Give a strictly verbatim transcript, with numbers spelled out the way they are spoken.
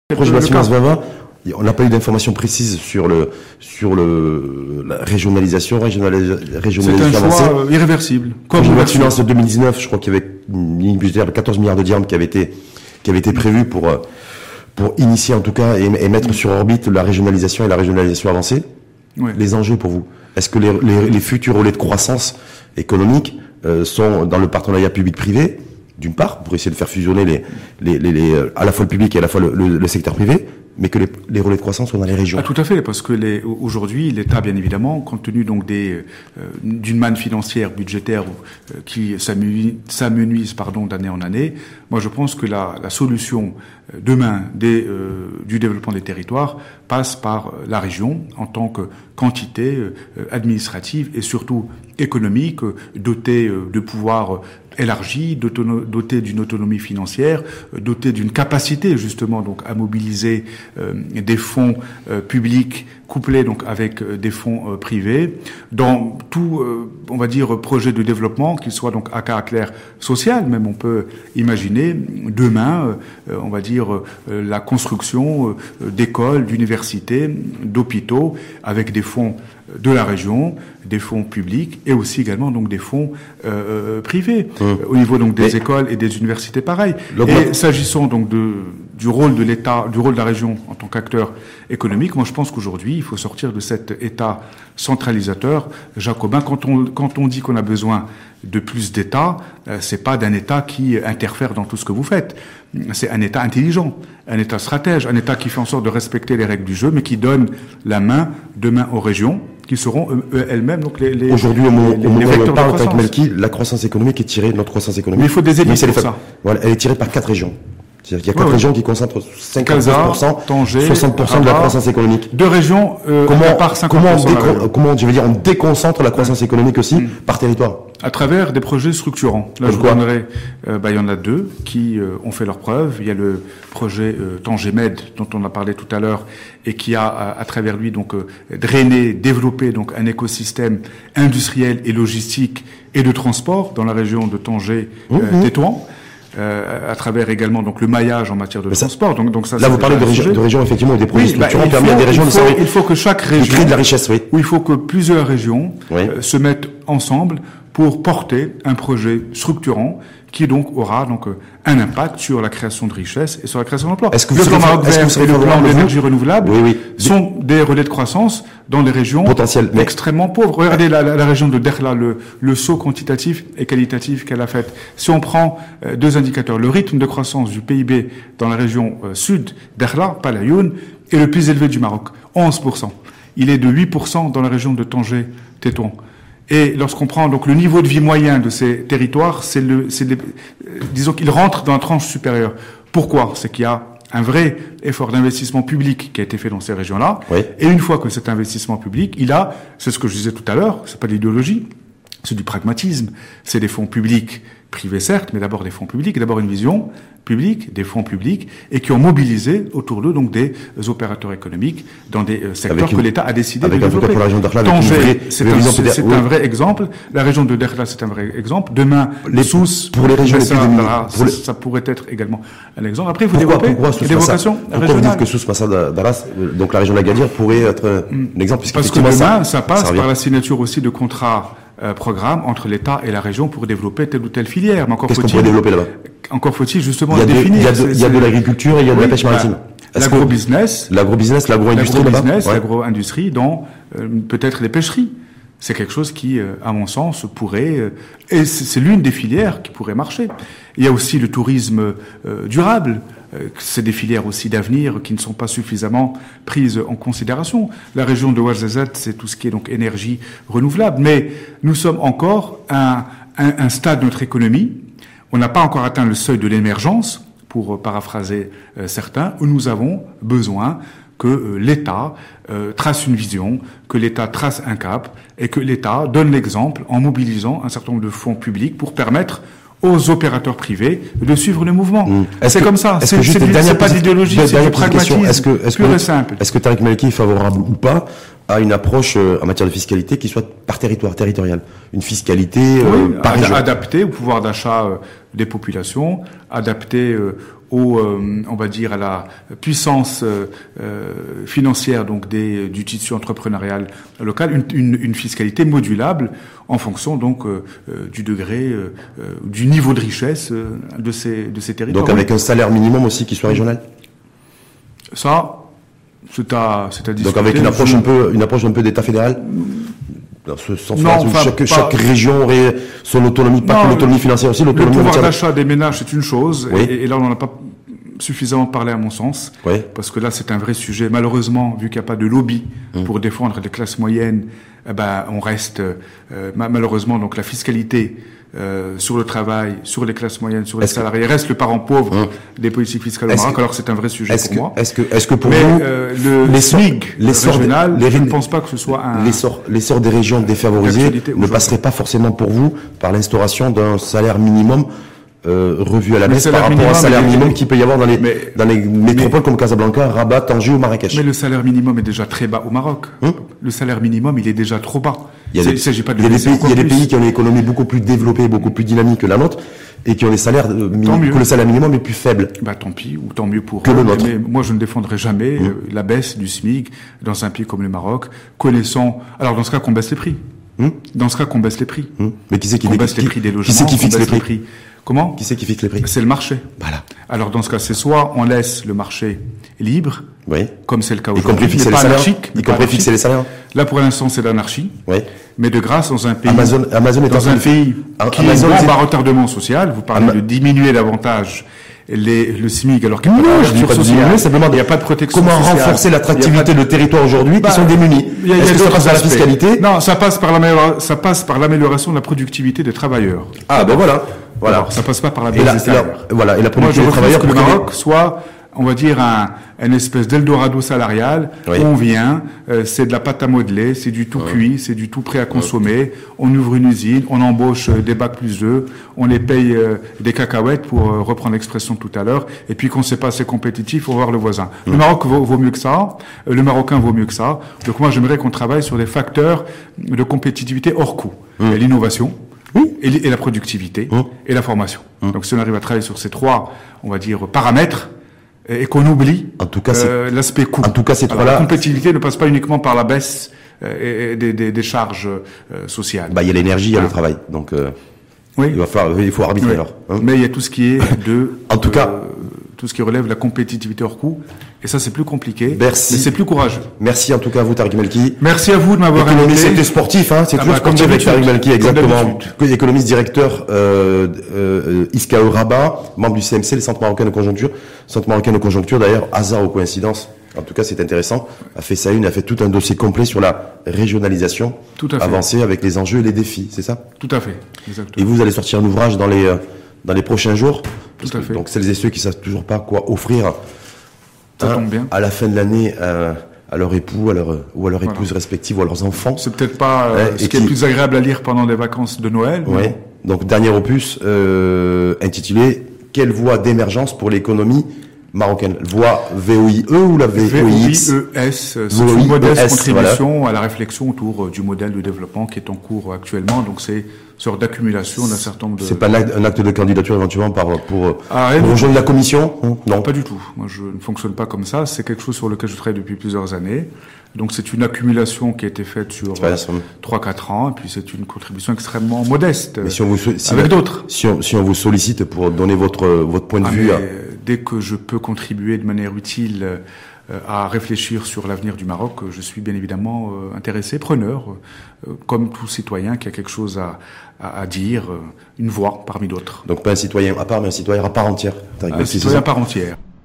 Le projet de loi de finances vingt vingt, on n'a pas eu d'informations précises sur le sur le la régionalisation, régionalisation, régionalisation C'est un avancée. choix euh, irréversible. Comme la loi de finances de deux mille dix-neuf, je crois qu'il y avait une ligne budgétaire de quatorze milliards de dirhams qui avait été qui avait été prévue pour pour initier en tout cas et, et mettre sur orbite la régionalisation et la régionalisation avancée. Oui. Les enjeux pour vous. Est-ce que les, les, les futurs relais de croissance économique euh, sont dans le partenariat public-privé, d'une part, pour essayer de faire fusionner les, les, les, les, à la fois le public et à la fois le, le, le secteur privé, mais que les, les relais de croissance sont dans les régions. Ah, tout à fait, parce que les, aujourd'hui, l'État, bien évidemment, compte tenu donc des euh, d'une manne financière, budgétaire, euh, qui s'amenuise, pardon, d'année en année, moi je pense que la, la solution euh, demain des, euh, du développement des territoires passe par la région en tant que quantité euh, administrative et surtout économique, euh, dotée euh, de pouvoirs euh, élargi, doté d'une autonomie financière, doté d'une capacité justement donc à mobiliser euh, des fonds euh, publics couplés donc avec euh, des fonds euh, privés dans tout, euh, on va dire, projet de développement, qu'il soit donc à caractère social, même on peut imaginer demain, euh, on va dire, euh, la construction euh, d'écoles, d'universités, d'hôpitaux avec des fonds de la région, des fonds publics et aussi également donc des fonds euh, privés mmh. au niveau donc des Mais écoles et des universités pareil. Et s'agissant donc de du rôle de l'État, du rôle de la région en tant qu'acteur économique, moi je pense qu'aujourd'hui il faut sortir de cet État centralisateur jacobin. Quand on quand on dit qu'on a besoin de plus d'État, euh, c'est pas d'un État qui interfère dans tout ce que vous faites. C'est un État intelligent, un État stratège, un État qui fait en sorte de respecter les règles du jeu, mais qui donne la main demain aux régions, qui seront euh, elles-mêmes donc les, les aujourd'hui au moment où on parle de avec Melki, la croissance économique est tirée, notre croissance économique. Mais il faut des élites pour ça. Voilà, elle est tirée par quatre régions. C'est-à-dire qu'il y a quatre ouais, régions ouais. qui concentrent cinquante-neuf pour cent, Tanger, soixante pour cent de la croissance économique. Deux régions, euh, comment, par cinquante pour cent comment, on décon- comment, je veux dire, on déconcentre la croissance économique aussi mmh. par territoire. À travers des projets structurants. Là, Comme je vous donnerai, euh, bah, il y en a deux qui euh, ont fait leurs preuves. Il y a le projet euh, Tanger-Med, dont on a parlé tout à l'heure, et qui a, à, à travers lui, donc, euh, drainé, développé, donc, un écosystème industriel et logistique et de transport dans la région de Tanger-Tétouan. Mmh. Euh, à travers également donc le maillage en matière de ça, transport. Donc, donc ça, là, vous parlez de, région, de régions effectivement où des projets oui, structurants bah, permettent à des régions il faut, de il faut que chaque région crée de la richesse, oui. Où il faut que plusieurs régions oui. euh, se mettent ensemble pour porter un projet structurant qui donc aura donc euh, un impact sur la création de richesses et sur la création d'emplois. Est-ce que le plan Maroc Vert et le plan d'énergie vous renouvelable oui, oui. sont des relais de croissance dans des régions potentiellement extrêmement pauvres. Regardez la, la, la région de Dakhla, le, le saut quantitatif et qualitatif qu'elle a fait. Si on prend euh, deux indicateurs, le rythme de croissance du P I B dans la région euh, sud, Dakhla, Palayoun, est le plus élevé du Maroc, onze pour cent. Il est de huit pour cent dans la région de Tanger-Tétouan. Et lorsqu'on prend donc le niveau de vie moyen de ces territoires, c'est le, c'est les, euh, disons qu'il rentre dans la tranche supérieure. Pourquoi ? C'est qu'il y a un vrai effort d'investissement public qui a été fait dans ces régions-là. Oui. Et une fois que cet investissement public, il a, c'est ce que je disais tout à l'heure, c'est pas de l'idéologie, c'est du pragmatisme. C'est des fonds publics, privés certes, mais d'abord des fonds publics, d'abord une vision publique, des fonds publics, et qui ont mobilisé autour d'eux donc des opérateurs économiques dans des euh, secteurs une, que l'État a décidé avec de développer. Pour la région d'Akhla, Tanger, c'est un, c'est, c'est oui. un vrai exemple. La région de Dakhla, c'est un vrai exemple. Demain, les Sousse, pour les régions ça, les ça, pour les... ça pourrait être également un exemple. Après, il faut pourquoi, développer pourquoi des vocations régionales. Pourquoi vous dites que Sousse Massa d'Arras, donc la région de la Gadir, pourrait être un exemple? Parce que demain, ça, ça passe ça par la signature aussi de contrats Euh, programme entre l'État et la région pour développer telle ou telle filière. Mais encore Qu'est-ce faut-il qu'on pourrait développer là-bas? Encore faut-il justement il y a définir. De, il y a de, il y a de l'agriculture et il y a de oui, la pêche maritime. Bah, l'agro-business, l'agro-business, l'agro-industrie, l'agro-business, ouais. l'agro-industrie dans euh, peut-être les pêcheries. C'est quelque chose qui, euh, à mon sens, pourrait euh, et c'est, c'est l'une des filières qui pourrait marcher. Il y a aussi le tourisme euh, durable. C'est des filières aussi d'avenir qui ne sont pas suffisamment prises en considération. La région de Ouarzazate, c'est tout ce qui est donc énergie renouvelable. Mais nous sommes encore à un, un stade de notre économie. On n'a pas encore atteint le seuil de l'émergence, pour paraphraser euh, certains, où nous avons besoin que euh, l'État euh, trace une vision, que l'État trace un cap et que l'État donne l'exemple en mobilisant un certain nombre de fonds publics pour permettre aux opérateurs privés de suivre le mouvement. Mmh. C'est que, comme ça. C'est, c'est, c'est, c'est pas d'idéologie, c'est du pragmatisme est-ce que, est-ce pur que, et simple. Est-ce que Tariq Maliki est favorable ou pas à une approche euh, en matière de fiscalité qui soit par territoire, territoriale. Une fiscalité euh, oui, par ad- région. adaptée au pouvoir d'achat euh, des populations, adaptée euh, au, euh, on va dire, à la puissance euh, euh, financière donc des, du tissu entrepreneurial local, une, une, une fiscalité modulable en fonction donc euh, euh, du degré, euh, euh, du niveau de richesse euh, de ces de ces territoires. Donc avec un salaire minimum aussi qui soit régional. Ça, c'est à, c'est à discuter. Donc avec une approche Je- un peu, une approche un peu d'État fédéral. Dans ce sens-là, Non, où enfin, chaque, pas- chaque région aurait son autonomie, pas Non, que l'autonomie financière aussi, Le l'autonomie en pouvoir matière de- d'achat des ménages, c'est une chose, Oui. et, et là on n'en a pas suffisamment parlé à mon sens, Oui. parce que là c'est un vrai sujet. Malheureusement, vu qu'il n'y a pas de lobby Hum. pour défendre les classes moyennes, eh ben on reste euh, ma- malheureusement donc la fiscalité euh, sur le travail, sur les classes moyennes, sur les Est-ce que- salariés reste le parent pauvre Hum. des politiques fiscales au Est-ce Maroc. que- Alors c'est un vrai sujet Est-ce pour que, moi. est-ce que, est-ce que pour Mais vous, euh, le l'essor- SMIC l'essor des- régional, les- je ne pense pas que ce soit un. l'essor, l'essor des régions défavorisées D'actualité ne aujourd'hui. passerait pas forcément pour vous par l'instauration d'un salaire minimum euh, revu à la Le baisse par salaire rapport au minimum, salaire mais- minimum qu'il peut y avoir dans les, mais- dans les métropoles comme Casablanca, Rabat, Tanger ou Marrakech. Mais le salaire minimum est déjà très bas au Maroc. Hum. Le salaire minimum, il est déjà trop bas. Il y a C'est- des, il s'agit pas de il y a le des baisser pays, il y a encore des plus. pays qui ont une économie beaucoup plus développée, beaucoup plus dynamique que la nôtre, et qui ont des salaires euh, mini- Tant mieux. que le salaire minimum est plus faible. Bah tant pis, ou tant mieux pour Que eux. le nôtre. Mais moi, je ne défendrai jamais euh, la baisse du SMIC dans un pays comme le Maroc, connaissant. Alors dans ce cas, qu'on baisse les prix. Hum Dans ce cas, qu'on baisse les prix. Hum. Mais qui c'est qui, Qu'on qui- baisse les qui- prix des logements. qui c'est qui qu'on fixe les baisse prix Comment Qui c'est qui fixe les prix C'est le marché. Voilà. Alors dans ce cas, c'est soit on laisse le marché libre, Oui. comme c'est le cas Y compris aujourd'hui, fixer mais les pas salaires. anarchique. mais Y pas compris fixer les anarchique. salaires. Là, pour l'instant, c'est l'anarchie. Oui. Mais de grâce, dans un pays, Amazon, Amazon est en dans train un de- pays Am- qui Amazon, est c'est- en bas retardement social, vous parlez Ama- de diminuer davantage les, le SMIC alors qu'il n'y a Non, pas de je dis couverture pas de sociale, diminuer, simplement il n'y a pas de protection comment sociale, renforcer il y a l'attractivité pas de territoires aujourd'hui Bah, qui sont démunis. Il y a, il y a Est-ce que ça d'autres passe par la aspects. fiscalité Non, ça passe par l'amélioration, ça passe par l'amélioration de la productivité des travailleurs. Ah ben voilà. Voilà. Alors, ça passe pas par la Et baisse la, des et la- salaires. voilà, et la Moi, je productivité des refuse travailleurs que le pour qu'il y ait- Maroc soit, on va dire, un, une espèce d'Eldorado salarial Oui. où on vient, euh, c'est de la pâte à modeler, c'est du tout cuit, c'est du tout prêt à consommer, on ouvre une usine, on embauche euh, des bacs plus deux, on les paye euh, des cacahuètes pour euh, reprendre l'expression de tout à l'heure, et puis qu'on ne sait pas assez compétitif, faut voir le voisin. Le Maroc vaut, vaut mieux que ça, euh, le Marocain vaut mieux que ça, donc moi j'aimerais qu'on travaille sur des facteurs de compétitivité hors coût. Il y a l'innovation, et, l- et la productivité, Mmh. et la formation. Donc si on arrive à travailler sur ces trois, on va dire, paramètres, et, et qu'on oublie En tout cas, c'est- euh, l'aspect coût. en tout cas, ces Alors, trois-là- la compétitivité ne passe pas uniquement par la baisse euh, et- et des, des, des charges euh, sociales. Bah, il y a l'énergie, il y a le Voilà. travail. Donc, euh, Oui. il va falloir, il faut arbitrer Oui. alors. hein. Mais il y a tout ce qui est de... En tout euh, cas- tout ce qui relève de la compétitivité hors coût. Et ça, c'est plus compliqué. Merci. Mais c'est plus courageux. Merci en tout cas à vous, Tariq Melki. Merci à vous de m'avoir Économie, invité. c'était sportif, hein. C'est Ah toujours bah, comme sportif avec Tariq d'habitude. Melki, Comme exactement. d'habitude. Économiste directeur, euh, euh, I S C A E Rabat, membre du C M C, le Centre marocain de conjoncture. Centre marocain de conjoncture, d'ailleurs, hasard ou coïncidence. En tout cas, c'est intéressant. A fait ça une, a fait tout un dossier complet sur la régionalisation. Tout à fait. Avancée avec les enjeux et les défis, c'est ça? Tout à fait. Exactement. Et vous allez sortir un ouvrage dans les, euh, dans les prochains jours. Parce à que, fait. Donc, celles et ceux qui savent toujours pas quoi offrir. Ça hein, tombe bien. À la fin de l'année, euh, à leur époux, à leur, ou à leur Voilà. épouse respective ou à leurs enfants. C'est peut-être pas euh, Ouais, ce et qui est qui- le plus agréable à lire pendant les vacances de Noël. mais Ouais. Donc dernier opus euh, intitulé Quelle voie d'émergence pour l'économie marocaine? Voie V O I E ou la V O I X? V O I E S, c'est V O I E S, une modeste voilà. contribution à la réflexion autour euh, du modèle de développement qui est en cours actuellement. Donc c'est une sorte d'accumulation d'un certain nombre de... C'est pas un acte, un acte de candidature éventuellement par, pour, Ah, rien pour du rejoindre la commission? Hein Non. Pas du tout. Moi, je ne fonctionne pas comme ça. C'est quelque chose sur lequel je travaille depuis plusieurs années. Donc, c'est une accumulation qui a été faite sur Très bien, ça me- trois quatre ans. Et puis, c'est une contribution extrêmement modeste. Mais si on vous, so- si avec la- d'autres. Si on, si on vous sollicite pour donner votre, votre point de Ah, vue mais, à- euh, dès que je peux contribuer de manière utile euh, à réfléchir sur l'avenir du Maroc, euh, je suis bien évidemment euh, intéressé, preneur, euh, comme tout citoyen qui a quelque chose à, à, à dire, euh, une voix parmi d'autres. donc pas un citoyen à part, mais un citoyen à part entière. Tariq Un Melki, c'est citoyen ça à part entière.